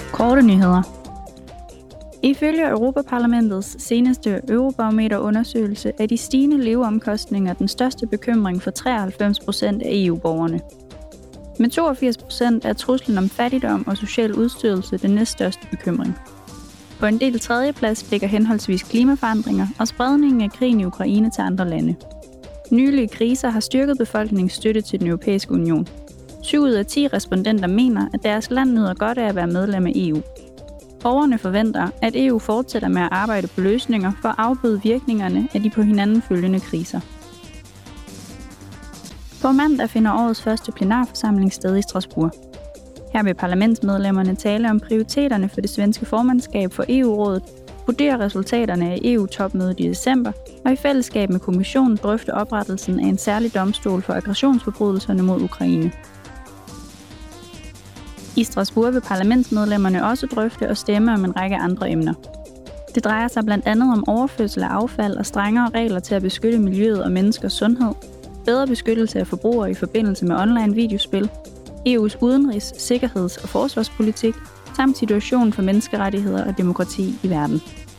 Korte nyheder. Ifølge Europaparlamentets seneste Eurobarometer-undersøgelse er de stigende leveomkostninger den største bekymring for 93% af EU-borgerne. Med 82% er truslen om fattigdom og social udstødelse den næststørste bekymring. På en del tredjeplads ligger henholdsvis klimaforandringer og spredningen af krigen i Ukraine til andre lande. Nylige kriser har styrket befolkningens støtte til den europæiske union. 7 ud af 10 respondenter mener, at deres land nyder godt af at være medlem af EU. Borgerne forventer, at EU fortsætter med at arbejde på løsninger for at afbøde virkningerne af de på hinanden følgende kriser. På mandag finder årets første plenarforsamling sted i Strasbourg. Her vil parlamentsmedlemmerne tale om prioriteterne for det svenske formandskab for EU-rådet, vurdere resultaterne af EU-topmødet i december og i fællesskab med kommissionen drøfte oprettelsen af en særlig domstol for aggressionsforbrydelserne mod Ukraine. I Strasbourg vil parlamentsmedlemmerne også drøfte og stemme om en række andre emner. Det drejer sig blandt andet om overførsel af affald og strengere regler til at beskytte miljøet og menneskers sundhed, bedre beskyttelse af forbrugere i forbindelse med online videospil, EU's udenrigs-, sikkerheds- og forsvarspolitik, samt situationen for menneskerettigheder og demokrati i verden.